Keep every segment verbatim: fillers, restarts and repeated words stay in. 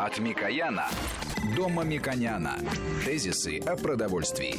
От Микояна до Мамиконяна. Тезисы о продовольствии.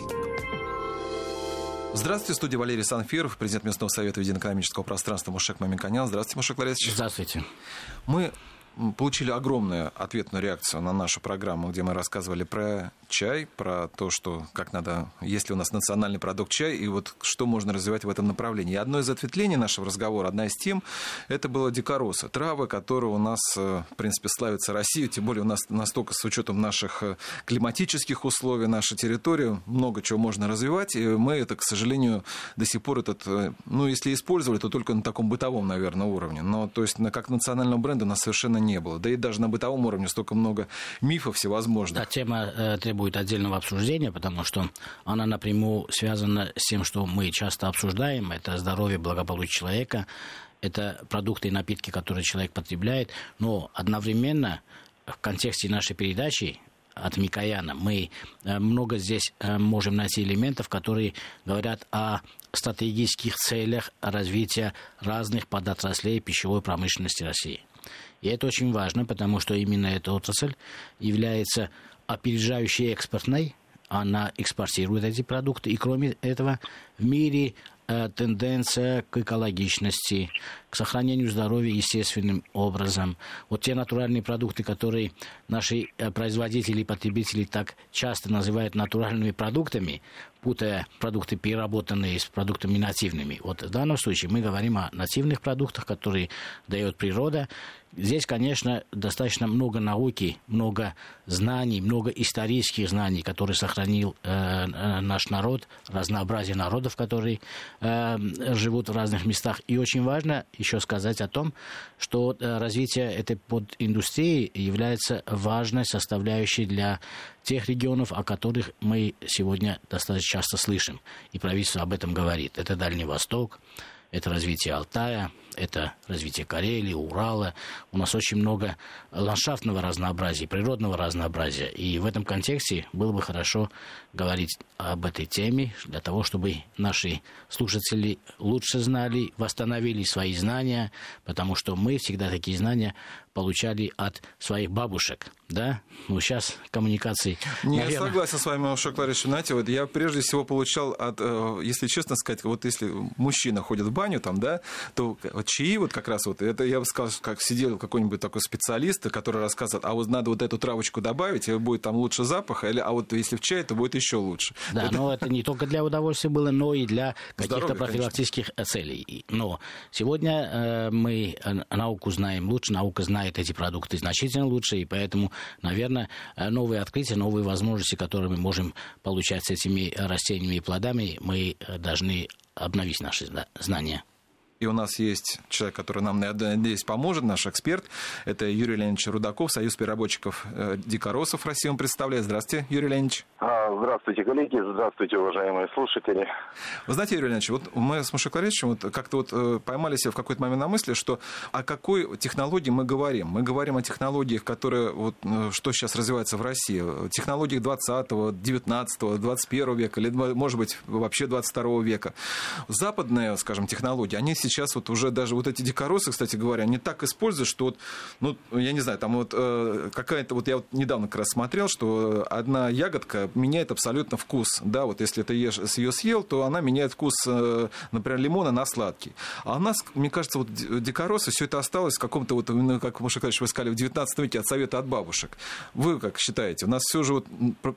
Здравствуйте, в студии Валерий Санфиров, президент местного совета единоэкономического пространства Мушек Мамиконян. Здравствуйте, Мушек Ларисович. Здравствуйте. Мы получили огромную ответную реакцию на нашу программу, где мы рассказывали про чай, про то, что как надо, есть ли у нас национальный продукт чай, и вот что можно развивать в этом направлении. И одно из ответвлений нашего разговора, одна из тем, это была дикороса, травы, которые у нас, в принципе, славятся Россией, тем более у нас настолько с учетом наших климатических условий, нашей территории, много чего можно развивать, и мы это, к сожалению, до сих пор этот, ну, если использовали, то только на таком бытовом, наверное, уровне, но, то есть, как национального бренда у нас совершенно не было. Да и даже на бытовом уровне столько много мифов всевозможных. Да, тема э, требует отдельного обсуждения, потому что она напрямую связана с тем, что мы часто обсуждаем. Это здоровье, благополучие человека, это продукты и напитки, которые человек потребляет. Но одновременно в контексте нашей передачи от Микояна мы много здесь можем найти элементов, которые говорят о стратегических целях развития разных подотраслей пищевой промышленности России. И это очень важно, потому что именно эта отрасль является опережающей экспортной. Она экспортирует эти продукты. И кроме этого, в мире э, тенденция к экологичности, к сохранению здоровья естественным образом. Вот те натуральные продукты, которые наши э, производители и потребители так часто называют натуральными продуктами, путая продукты переработанные с продуктами нативными. Вот в данном случае мы говорим о нативных продуктах, которые дает природа. Здесь, конечно, достаточно много науки, много знаний, много исторических знаний, которые сохранил э, наш народ, разнообразие народов, которые э, живут в разных местах. И очень важно еще сказать о том, что э, развитие этой подиндустрии является важной составляющей для тех регионов, о которых мы сегодня достаточно часто слышим. И правительство об этом говорит. Это Дальний Восток, это развитие Алтая, это развитие Карелии, Урала. У нас очень много ландшафтного разнообразия, природного разнообразия. И в этом контексте было бы хорошо говорить об этой теме, для того, чтобы наши слушатели лучше знали, восстановили свои знания, потому что мы всегда такие знания получали от своих бабушек, да? Ну, сейчас коммуникации... Не, наверное... Я согласен с вами, Мушек Ларисович. Знаете, вот я прежде всего получал от, если честно сказать, вот если мужчина ходит в баню, там, да, то вот чаи, вот как раз вот, это я бы сказал, как сидел какой-нибудь такой специалист, который рассказывает, а вот надо вот эту травочку добавить, и будет там лучше запах, или, а вот если в чай, то будет еще лучше. Да, это... но это не только для удовольствия было, но и для каких-то Здоровье, профилактических конечно. целей. Но сегодня э, мы науку знаем лучше, наука знает эти продукты значительно лучше, и поэтому, наверное, новые открытия, новые возможности, которые мы можем получать с этими растениями и плодами, мы должны обновить наши знания. И у нас есть человек, который нам, надеюсь, поможет, наш эксперт. Это Юрий Леонидович Рудаков, Союз переработчиков дикоросов России. Он представляет. Здравствуйте, Юрий Леонидович. Здравствуйте, коллеги. Здравствуйте, уважаемые слушатели. Вы знаете, Юрий Леонидович, вот мы с Мушек Ларисовичем вот как-то вот поймали себя в какой-то момент на мысли, что о какой технологии мы говорим. Мы говорим о технологиях, которые, вот, что сейчас развивается в России. Технологиях двадцатого, девятнадцатого, двадцать первого века, или, может быть, вообще двадцать второго века. Западные, скажем, технологии, они сейчас вот уже даже вот эти дикоросы, кстати говоря, не так используют, что вот, ну, я не знаю, там вот э, какая-то, вот я вот недавно как раз смотрел, что одна ягодка меняет абсолютно вкус, да, вот если ты ешь, ее съел, то она меняет вкус, э, например, лимона на сладкий. А у нас, мне кажется, вот дикоросы, все это осталось в каком-то вот, как Мушек Ларисович, вы сказали, в девятнадцатом веке от совета от бабушек. Вы как считаете, у нас все же вот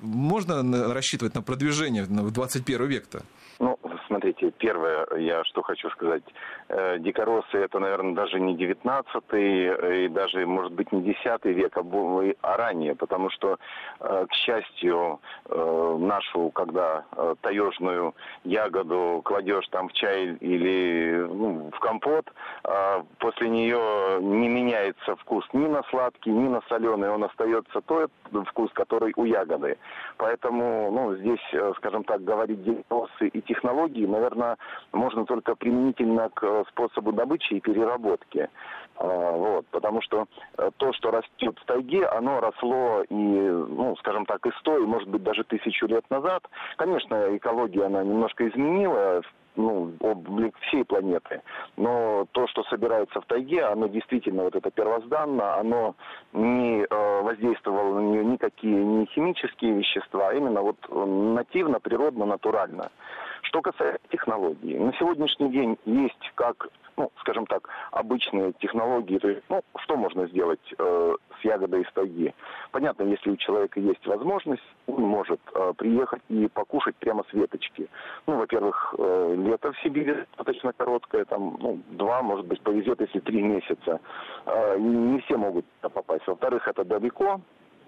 можно рассчитывать на продвижение в двадцать первый век-то? Ну, смотрите, первое, я что хочу сказать, э, дикоросы это, наверное, даже не девятнадцатый и даже, может быть, не десятый век, а, а ранее, потому что, э, к счастью, э, нашу, когда э, таежную ягоду кладешь там в чай или ну, в компот, э, после нее не меняется вкус ни на сладкий, ни на соленый, он остается тот вкус, который у ягоды. Поэтому, ну, здесь, скажем так, говорить дикоросы и технологии, наверное, можно только применительно к способу добычи и переработки. Вот, потому что то, что растет в тайге, оно росло и, ну, скажем так, и сто, и, может быть, даже тысячу лет назад. Конечно, экология, она немножко изменила, ну, облик всей планеты. Но то, что собирается в тайге, оно действительно, вот это первозданно, оно не воздействовало на нее никакие не химические вещества, а именно вот нативно, природно, натурально. Что касается технологий, на сегодняшний день есть как, ну, скажем так, обычные технологии. То есть, ну, что можно сделать э, с ягодой из тайги? Понятно, если у человека есть возможность, он может э, приехать и покушать прямо с веточки. Ну, во-первых, э, лето в Сибири достаточно короткое, там, ну, два, может быть, повезет, если три месяца. Э, не все могут попасть. Во-вторых, это далеко.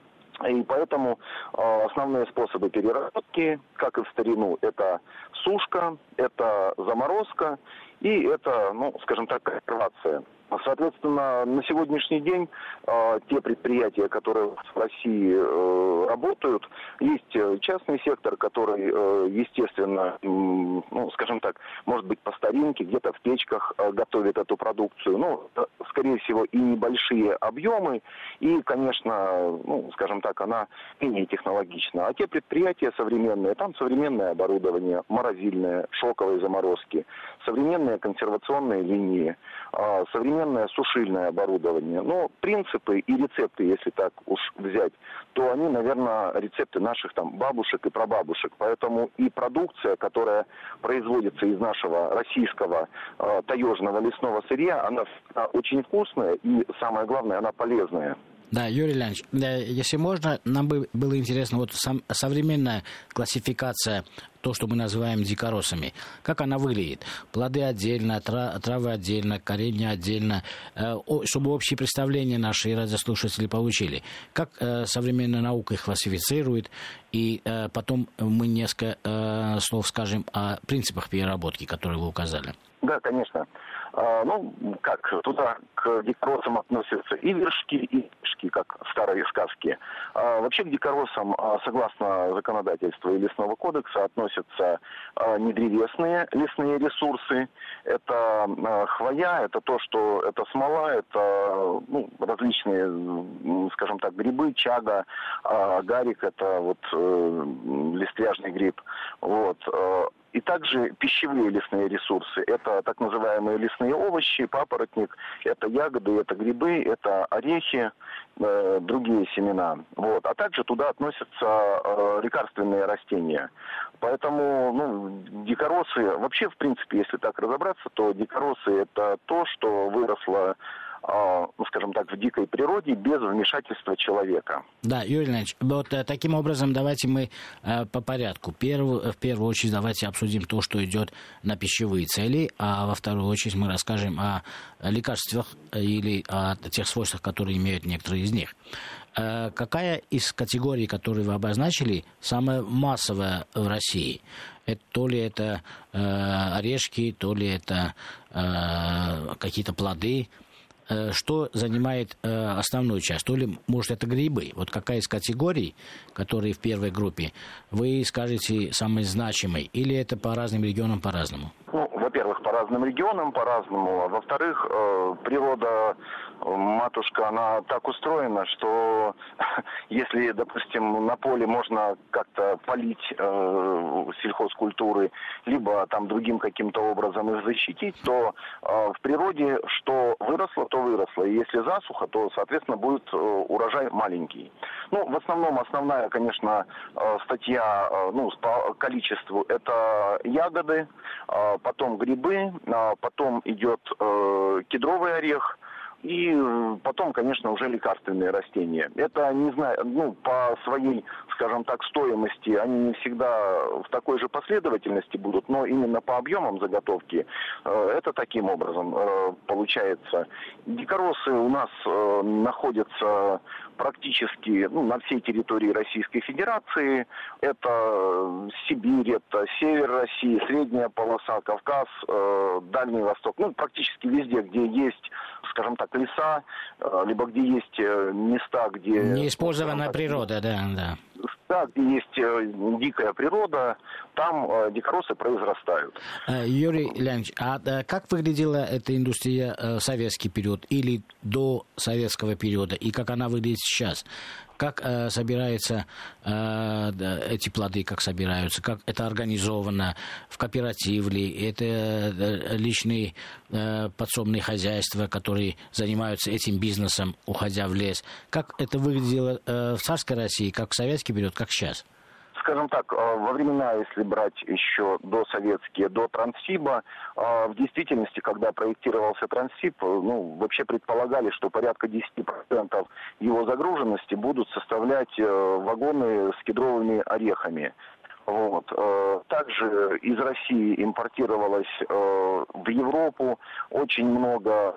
И поэтому э, основные способы переработки, как и в старину, это сушка, это заморозка и это, ну, скажем так, консервация. Соответственно, на сегодняшний день э, те предприятия, которые в России э, работают, есть частный сектор, который, э, естественно, э, ну, скажем так, может быть по старинке, где-то в печках э, готовит эту продукцию. Ну, э, скорее всего, и небольшие объемы, и, конечно, ну, скажем так, она менее технологична. А те предприятия современные, там современное оборудование, морозильное, шоковые заморозки, современные консервационные линии, э, современные сушильное оборудование. Но принципы и рецепты, если так уж взять, то они, наверное, рецепты наших там бабушек и прабабушек. Поэтому и продукция, которая производится из нашего российского э, таежного лесного сырья, она, она очень вкусная и, самое главное, она полезная. Да, Юрий Леонидович, если можно, нам бы было интересно, вот сам, современная классификация, то, что мы называем дикоросами, как она выглядит? Плоды отдельно, травы отдельно, коренья отдельно, чтобы общее представление наши радиослушатели получили. Как современная наука их классифицирует, и потом мы несколько слов скажем о принципах переработки, которые вы указали. Да, конечно. А, ну, как, туда к дикоросам относятся и вершки, и вершки, как в старой сказке. А, вообще к дикоросам, согласно законодательству и лесного кодекса, относятся а, недревесные лесные ресурсы. Это а, хвоя, это то, что это смола, это ну, различные, скажем так, грибы, чага, а, гарик, это вот э, листвяжный гриб. Вот. И также пищевые лесные ресурсы. Это так называемые лесные овощи, папоротник, это ягоды, это грибы, это орехи, э, другие семена. Вот. А также туда относятся э, лекарственные растения. Поэтому ну, дикоросы, вообще, в принципе, если так разобраться, то дикоросы это то, что выросло, ну, скажем так, в дикой природе без вмешательства человека. Да, Юрий Леонидович, вот таким образом давайте мы э, по порядку. Первую, в первую очередь давайте обсудим то, что идет на пищевые цели, а во вторую очередь мы расскажем о лекарствах или о тех свойствах, которые имеют некоторые из них. Э, какая из категорий, которые вы обозначили, самая массовая в России? Это, то ли это э, орешки, то ли это э, какие-то плоды? Что занимает э, основную часть? То ли, может, это грибы? Вот какая из категорий, которые в первой группе, вы скажете самой значимой? Или это по разным регионам по-разному? Ну, во-первых, по разным регионам по-разному. А во-вторых, э, природа, э, матушка, она так устроена, что если, допустим, на поле можно как-то полить э, сельхозкультуры, либо там другим каким-то образом их защитить, то э, в природе что выросло, то выросло. И если засуха, то, соответственно, будет э, урожай маленький. Ну, в основном, основная, конечно, э, статья, э, ну, по количеству, это ягоды, э, потом грибы, э, потом идет э, кедровый орех, и потом, конечно, уже лекарственные растения. Это, не знаю, ну, по своей, скажем так, стоимости, они не всегда в такой же последовательности будут, но именно по объемам заготовки э, это таким образом э, получается. Дикоросы у нас э, находятся практически ну, на всей территории Российской Федерации. Это Сибирь, это север России, средняя полоса, Кавказ, э, Дальний Восток. Ну, практически везде, где есть, скажем так, леса, э, либо где есть места, где... Неиспользованная так, природа, да, да. Да, где есть э, дикая природа, там э, дикоросы произрастают. Юрий Леонидович, а как выглядела эта индустрия в советский период или до советского периода и как она выглядит сейчас. Как э, собираются э, эти плоды, как собираются, как это организовано, в кооператив ли, это э, личные э, подсобные хозяйства, которые занимаются этим бизнесом, уходя в лес. Как это выглядело э, в царской России, как в советский период, как сейчас? Скажем так, во времена, если брать еще досоветские, до Транссиба, в действительности, когда проектировался Транссиб, ну, вообще предполагали, что порядка десять процентов его загруженности будут составлять вагоны с кедровыми орехами. Вот. Также из России импортировалось в Европу очень много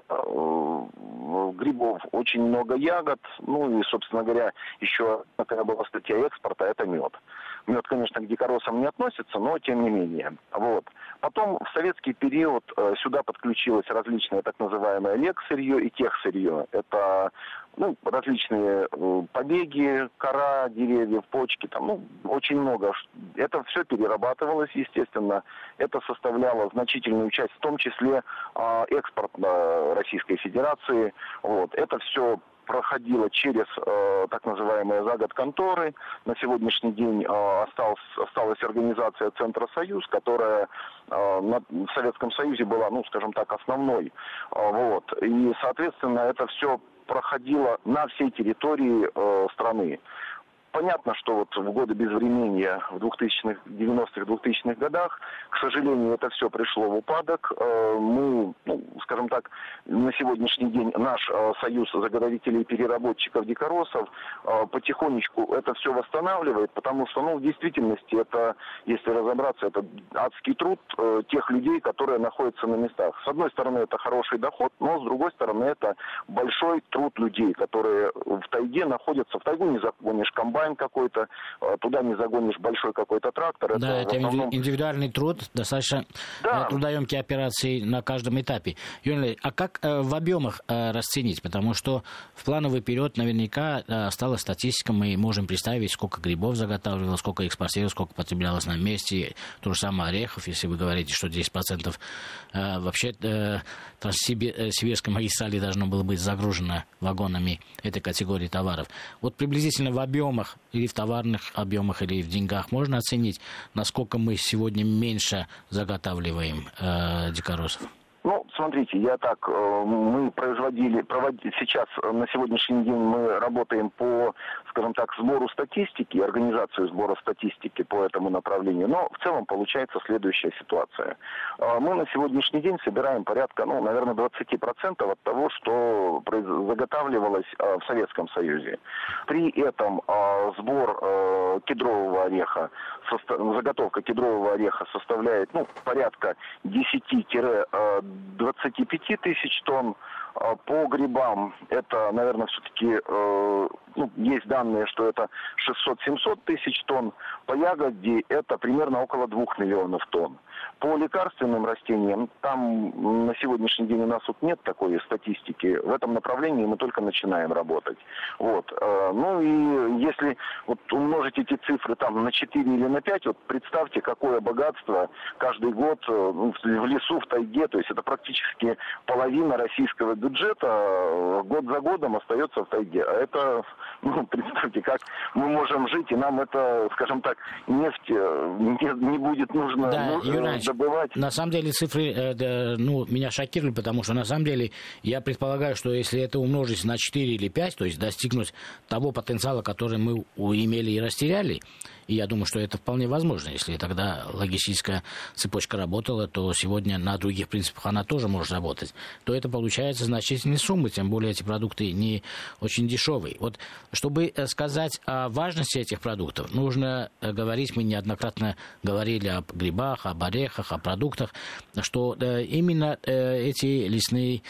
грибов, очень много ягод. Ну и, собственно говоря, еще такая была статья экспорта, это мед. Мед, конечно, к дикоросам не относится, но тем не менее. Вот. Потом в советский период сюда подключилось различное так называемое лексырье и техсырье. Это ну, различные побеги, кора деревьев, почки, там, ну, очень много. Это все перерабатывалось, естественно. Это составляло значительную часть, в том числе экспорт Российской Федерации. Вот. Это все проходило через э, так называемые заготконторы. На сегодняшний день э, осталась, осталась организация «Центра Союз», которая э, на, в Советском Союзе была, ну, скажем так, основной. Э, вот. И, соответственно, это все проходило на всей территории э, страны. Понятно, что вот в годы безвременья, в двухтысячных, девяностых, двухтысячных годах, к сожалению, это все пришло в упадок. Мы, ну, скажем так, на сегодняшний день наш союз заготовителей и переработчиков дикоросов потихонечку это все восстанавливает, потому что, ну, в действительности это, если разобраться, это адский труд тех людей, которые находятся на местах. С одной стороны, это хороший доход, но с другой стороны, это большой труд людей, которые в тайге находятся. В тайгу не загонишь комбайн какой-то, туда не загонишь большой какой-то трактор. Да, это, это основном... индивидуальный труд, достаточно да. трудоемкие операции на каждом этапе. Юрий, а как э, в объемах э, расценить? Потому что в плановый период наверняка э, осталась статистика, мы можем представить, сколько грибов заготавливалось, сколько экспортировалось, сколько потреблялось на месте, то же самое орехов, если вы говорите, что десять процентов э, вообще э, Транссибирской магистрали должно было быть загружено вагонами этой категории товаров. Вот приблизительно в объемах или в товарных объемах, или в деньгах можно оценить, насколько мы сегодня меньше заготавливаем э, дикоросов? Ну, смотрите, я так, мы производили, проводили, сейчас на сегодняшний день мы работаем по, скажем так, сбору статистики, организацию сбора статистики по этому направлению, но в целом получается следующая ситуация. Мы на сегодняшний день собираем порядка, ну, наверное, двадцать процентов от того, что заготавливалось в Советском Союзе. При этом сбор кедрового ореха, заготовка кедрового ореха составляет, ну, порядка десять-двадцать пять тысяч тонн. По грибам это, наверное, все-таки э, ну, есть данные, что это шестьсот-семьсот тысяч тонн. По ягоде это примерно около двух миллионов тонн. По лекарственным растениям, там на сегодняшний день у нас вот нет такой статистики. В этом направлении мы только начинаем работать. Вот. Ну и если вот умножить эти цифры там на четыре или на пять, вот представьте, какое богатство каждый год в лесу, в тайге. То есть это практически половина российского бюджета год за годом остается в тайге. А это, ну, представьте, как мы можем жить, и нам это, скажем так, нефть не, не будет нужно, да, нужно добывать. На самом деле цифры э, да, ну, меня шокировали, потому что на самом деле я предполагаю, что если это умножить на четыре или пять, то есть достигнуть того потенциала, который мы имели и растеряли, и я думаю, что это вполне возможно. Если тогда логистическая цепочка работала, то сегодня на других принципах она тоже может работать. То это получается значительные суммы, тем более эти продукты не очень дешевые. Вот, чтобы сказать о важности этих продуктов, нужно говорить, мы неоднократно говорили об грибах, об орехах, о продуктах, что именно эти лесные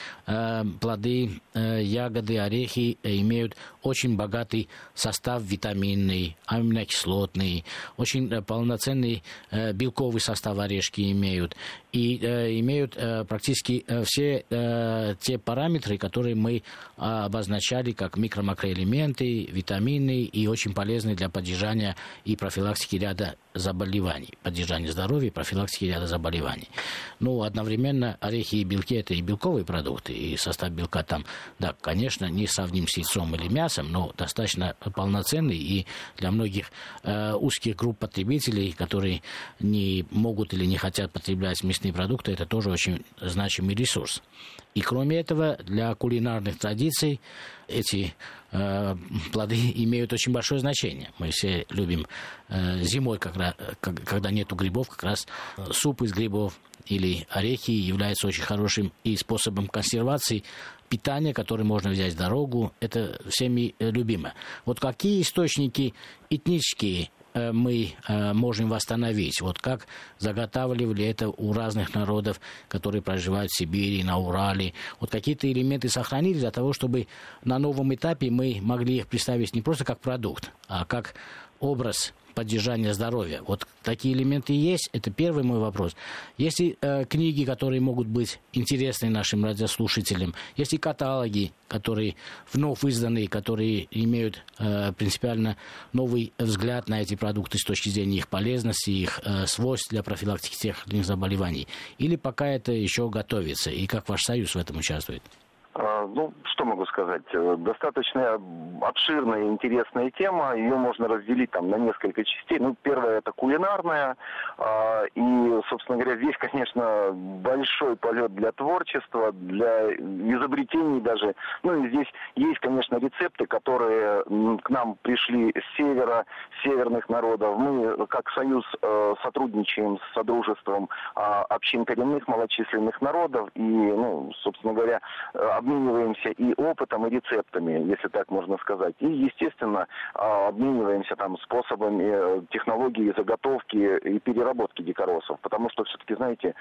плоды, ягоды, орехи имеют очень богатый состав витаминный, аминокислотный, очень полноценный белковый состав орешки имеют. и э, имеют э, практически э, все э, те параметры, которые мы э, обозначали как микро-макроэлементы, витамины и очень полезны для поддержания и профилактики ряда заболеваний, поддержания здоровья и профилактики ряда заболеваний. Ну, одновременно орехи и белки – это и белковые продукты, и состав белка там, да, конечно, не сравним с яйцом или мясом, но достаточно полноценный, и для многих э, узких групп потребителей, которые не могут или не хотят потреблять мясные продукты, это тоже очень значимый ресурс. И кроме этого, для кулинарных традиций эти э, плоды имеют очень большое значение. Мы все любим э, зимой, когда, когда нету грибов, как раз суп из грибов или орехи являются очень хорошим и способом консервации питания, которое можно взять в дорогу. Это всеми любимо. Вот какие источники этнические мы э, можем восстановить? Вот как заготавливали это у разных народов, которые проживают в Сибири, на Урале. Вот какие-то элементы сохранили для того, чтобы на новом этапе мы могли их представить не просто как продукт, а как образ поддержания здоровья. Вот такие элементы есть. Это первый мой вопрос. Есть ли э, книги, которые могут быть интересны нашим радиослушателям? Есть ли каталоги, которые вновь изданные, которые имеют э, принципиально новый взгляд на эти продукты с точки зрения их полезности, их э, свойств для профилактики тех или иных заболеваний? Или пока это еще готовится? И как ваш союз в этом участвует? Ну, что могу сказать? Достаточно обширная и интересная тема. Ее можно разделить там на несколько частей. Ну, первая – это кулинарная. И, собственно говоря, здесь, конечно, большой полет для творчества, для изобретений даже. Ну, и здесь есть, конечно, рецепты, которые к нам пришли с севера, с северных народов. Мы, как союз, сотрудничаем с Содружеством общин коренных малочисленных народов. И, ну, собственно говоря, обмениваемся и опытом, и рецептами, если так можно сказать. И, естественно, обмениваемся там способами технологии заготовки и переработки дикоросов. Потому что все-таки, знаете,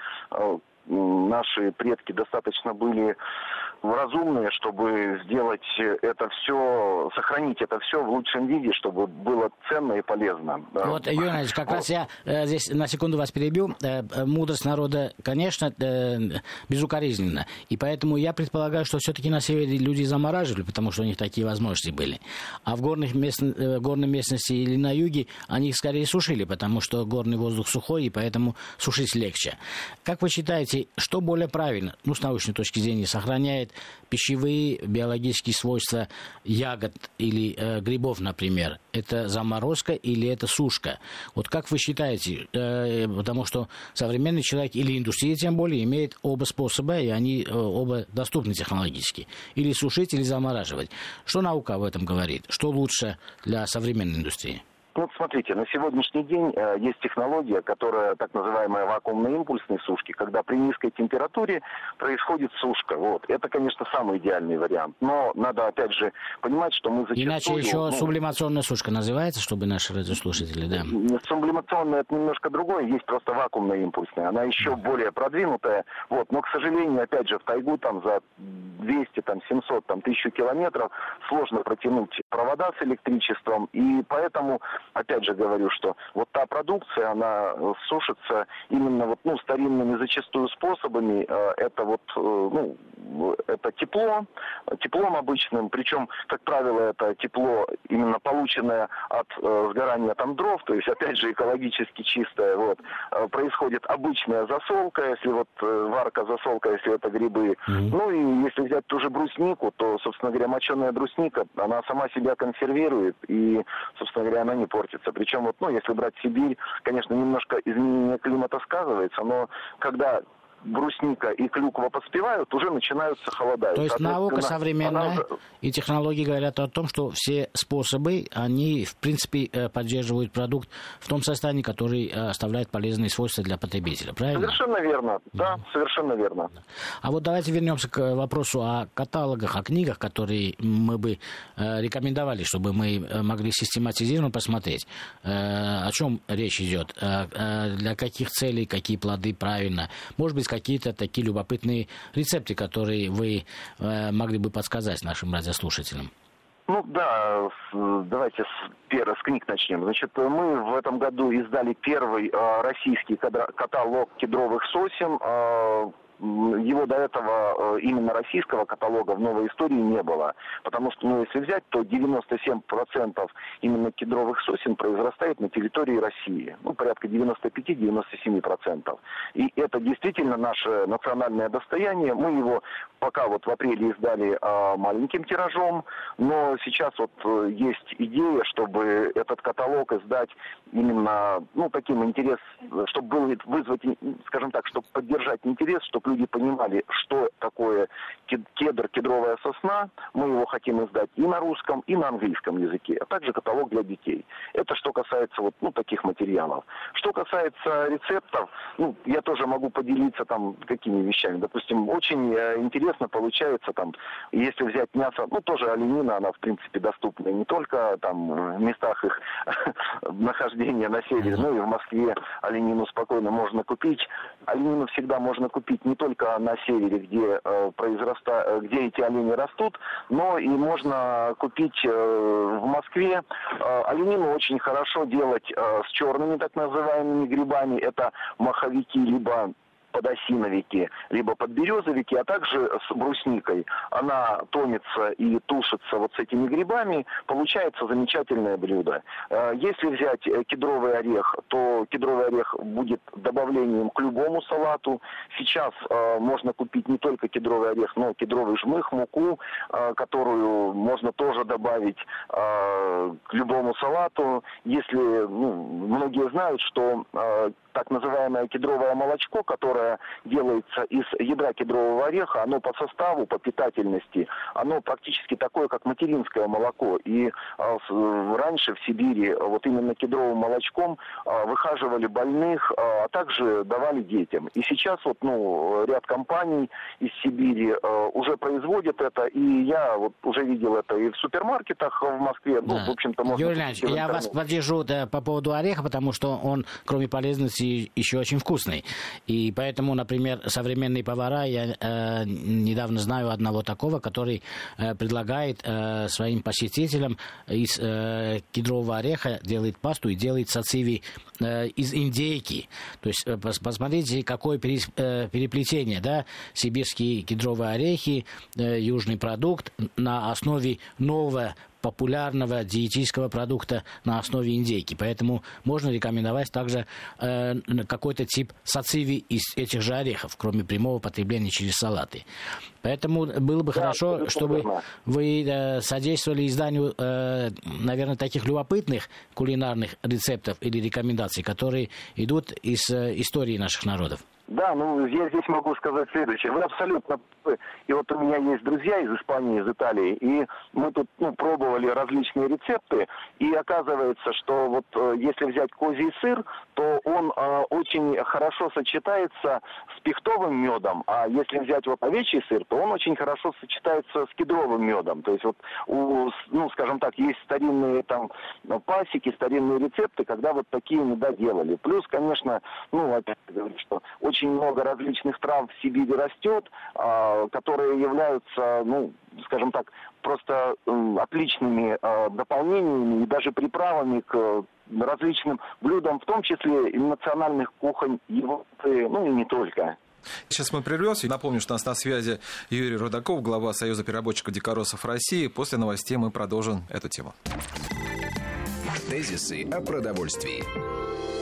наши предки достаточно были разумные, чтобы сделать это все, сохранить это все в лучшем виде, чтобы было ценно и полезно. Вот, Юрий Иванович, как вот. раз я э, здесь на секунду вас перебью. Э, мудрость народа, конечно, э, безукоризненна. И поэтому я предполагаю, что все-таки на севере люди замораживали, потому что у них такие возможности были. А в горных мест, э, горной местности или на юге они их скорее сушили, потому что горный воздух сухой, и поэтому сушить легче. Как вы считаете, что более правильно, ну, с научной точки зрения, сохраняет пищевые биологические свойства ягод или э, грибов, например? Это заморозка или это сушка? Вот как вы считаете? Э, потому что современный человек или индустрия, тем более, имеет оба способа, и они э, оба доступны технологически. Или сушить, или замораживать. Что наука об этом говорит? Что лучше для современной индустрии? Вот смотрите, на сегодняшний день э, есть технология, которая так называемая вакуумно-импульсной сушки, когда при низкой температуре происходит сушка. Вот. Это, конечно, самый идеальный вариант. Но надо, опять же, понимать, что мы зачастую... Иначе еще ну, сублимационная сушка называется, чтобы наши радиослушатели, да? Сублимационная — это немножко другое, есть просто вакуумно-импульсная. Она еще более продвинутая. Вот. Но, к сожалению, опять же, в тайгу там за двести, там, семьсот, там, тысячу километров сложно протянуть провода с электричеством, и поэтому... Опять же говорю, что вот та продукция, она сушится именно вот, ну, старинными зачастую способами. Это вот, ну, это тепло, теплом обычным, причем, как правило, это тепло именно полученное от э, сгорания там дров, то есть, опять же, экологически чистое. Вот. Происходит обычная засолка, если вот э, варка, засолка, если это грибы. Mm-hmm. Ну и если взять ту же бруснику, то, собственно говоря, моченая брусника, она сама себя консервирует, и, собственно говоря, она не портится. Причем, вот, ну, если брать Сибирь, конечно, немножко изменение климата сказывается, но когда брусника и клюква поспевают, уже начинаются холода. То есть наука современная она... и технологии говорят о том, что все способы, они, в принципе, поддерживают продукт в том состоянии, который оставляет полезные свойства для потребителя, правильно? Совершенно верно, да, да, совершенно верно. А вот давайте вернемся к вопросу о каталогах, о книгах, которые мы бы рекомендовали, чтобы мы могли систематизированно посмотреть, о чем речь идет, для каких целей, какие плоды правильно. Может быть, какие-то такие любопытные рецепты, которые вы э, могли бы подсказать нашим радиослушателям? Ну да, давайте с, первых, с книг начнем. Значит, мы в этом году издали первый э, российский каталог кедровых сосен. Э, Его до этого именно российского каталога в «Новой истории» не было. Потому что, ну, если взять, то девяносто семь процентов именно кедровых сосен произрастает на территории России. Ну, порядка девяносто пять - девяносто семь процентов. И это действительно наше национальное достояние. Мы его пока вот в апреле издали а, маленьким тиражом, но сейчас вот есть идея, чтобы этот каталог издать именно, ну, таким интерес, чтобы был, вызвать, скажем так, чтобы поддержать интерес, чтобы люди понимали, что такое кедр, кедровая сосна. Мы его хотим издать и на русском, и на английском языке, а также каталог для детей. Это что касается вот, ну, таких материалов. Что касается рецептов, ну, я тоже могу поделиться там какими вещами. Допустим, очень интересно получается там, если взять мясо, ну, тоже оленина, она в принципе доступна не только там в местах их нахождения на севере, но и в Москве оленину спокойно можно купить. Оленину всегда можно купить не только на севере, где э, произраста, где эти олени растут, но и можно купить э, в Москве. Э, оленину очень хорошо делать э, с черными так называемыми грибами. Это маховики, либо подосиновики, либо подберезовики, а также с брусникой. Она томится и тушится вот с этими грибами, получается замечательное блюдо. Если взять кедровый орех, то кедровый орех будет добавлением к любому салату. Сейчас можно купить не только кедровый орех, но и кедровый жмых, муку, которую можно тоже добавить к любому салату. Если, ну, многие знают, что так называемое кедровое молочко, которое делается из ядра кедрового ореха, оно по составу, по питательности, оно практически такое, как материнское молоко. И а, с, раньше в Сибири вот именно кедровым молочком а, выхаживали больных, а, а также давали детям. И сейчас вот, ну, ряд компаний из Сибири а, уже производят это, и я вот уже видел это и в супермаркетах в Москве. Да. Ну, в общем-то, можно... Юрий Леонидович, я вас поддержу, да, по поводу ореха, потому что он, кроме полезности, еще очень вкусный. И поэтому, например, современные повара, я э, недавно знаю одного такого, который э, предлагает э, своим посетителям из э, кедрового ореха делает пасту и делает сациви э, из индейки. То есть э, посмотрите, какое переплетение, да, сибирские кедровые орехи, э, южный продукт на основе нового популярного диетического продукта на основе индейки. Поэтому можно рекомендовать также э, какой-то тип сациви из этих же орехов, кроме прямого потребления через салаты. Поэтому было бы да, хорошо, чтобы вы э, содействовали изданию, э, наверное, таких любопытных кулинарных рецептов или рекомендаций, которые идут из э, истории наших народов. Да, ну я здесь могу сказать следующее. Вы абсолютно правы. И вот у меня есть друзья из Испании, из Италии, и мы тут, ну, пробовали различные рецепты, и оказывается, что вот э, если взять козий сыр, то он э, очень хорошо сочетается с пихтовым медом, а если взять вот овечий сыр, то он очень хорошо сочетается с кедровым медом. То есть вот, у, ну, скажем так, есть старинные там пасеки, старинные рецепты, когда вот такие меда делали. Плюс, конечно, ну, опять говорю, что очень много различных трав в Сибири растет, а, которые являются, ну, скажем так, просто э, отличными э, дополнениями и даже приправами к э, различным блюдам, в том числе и национальных кухонь Европы, ну и не только. Сейчас мы прервемся. Напомню, что у нас на связи Юрий Рудаков, глава Союза переработчиков дикоросов России. После новостей мы продолжим эту тему. Тезисы о продовольствии.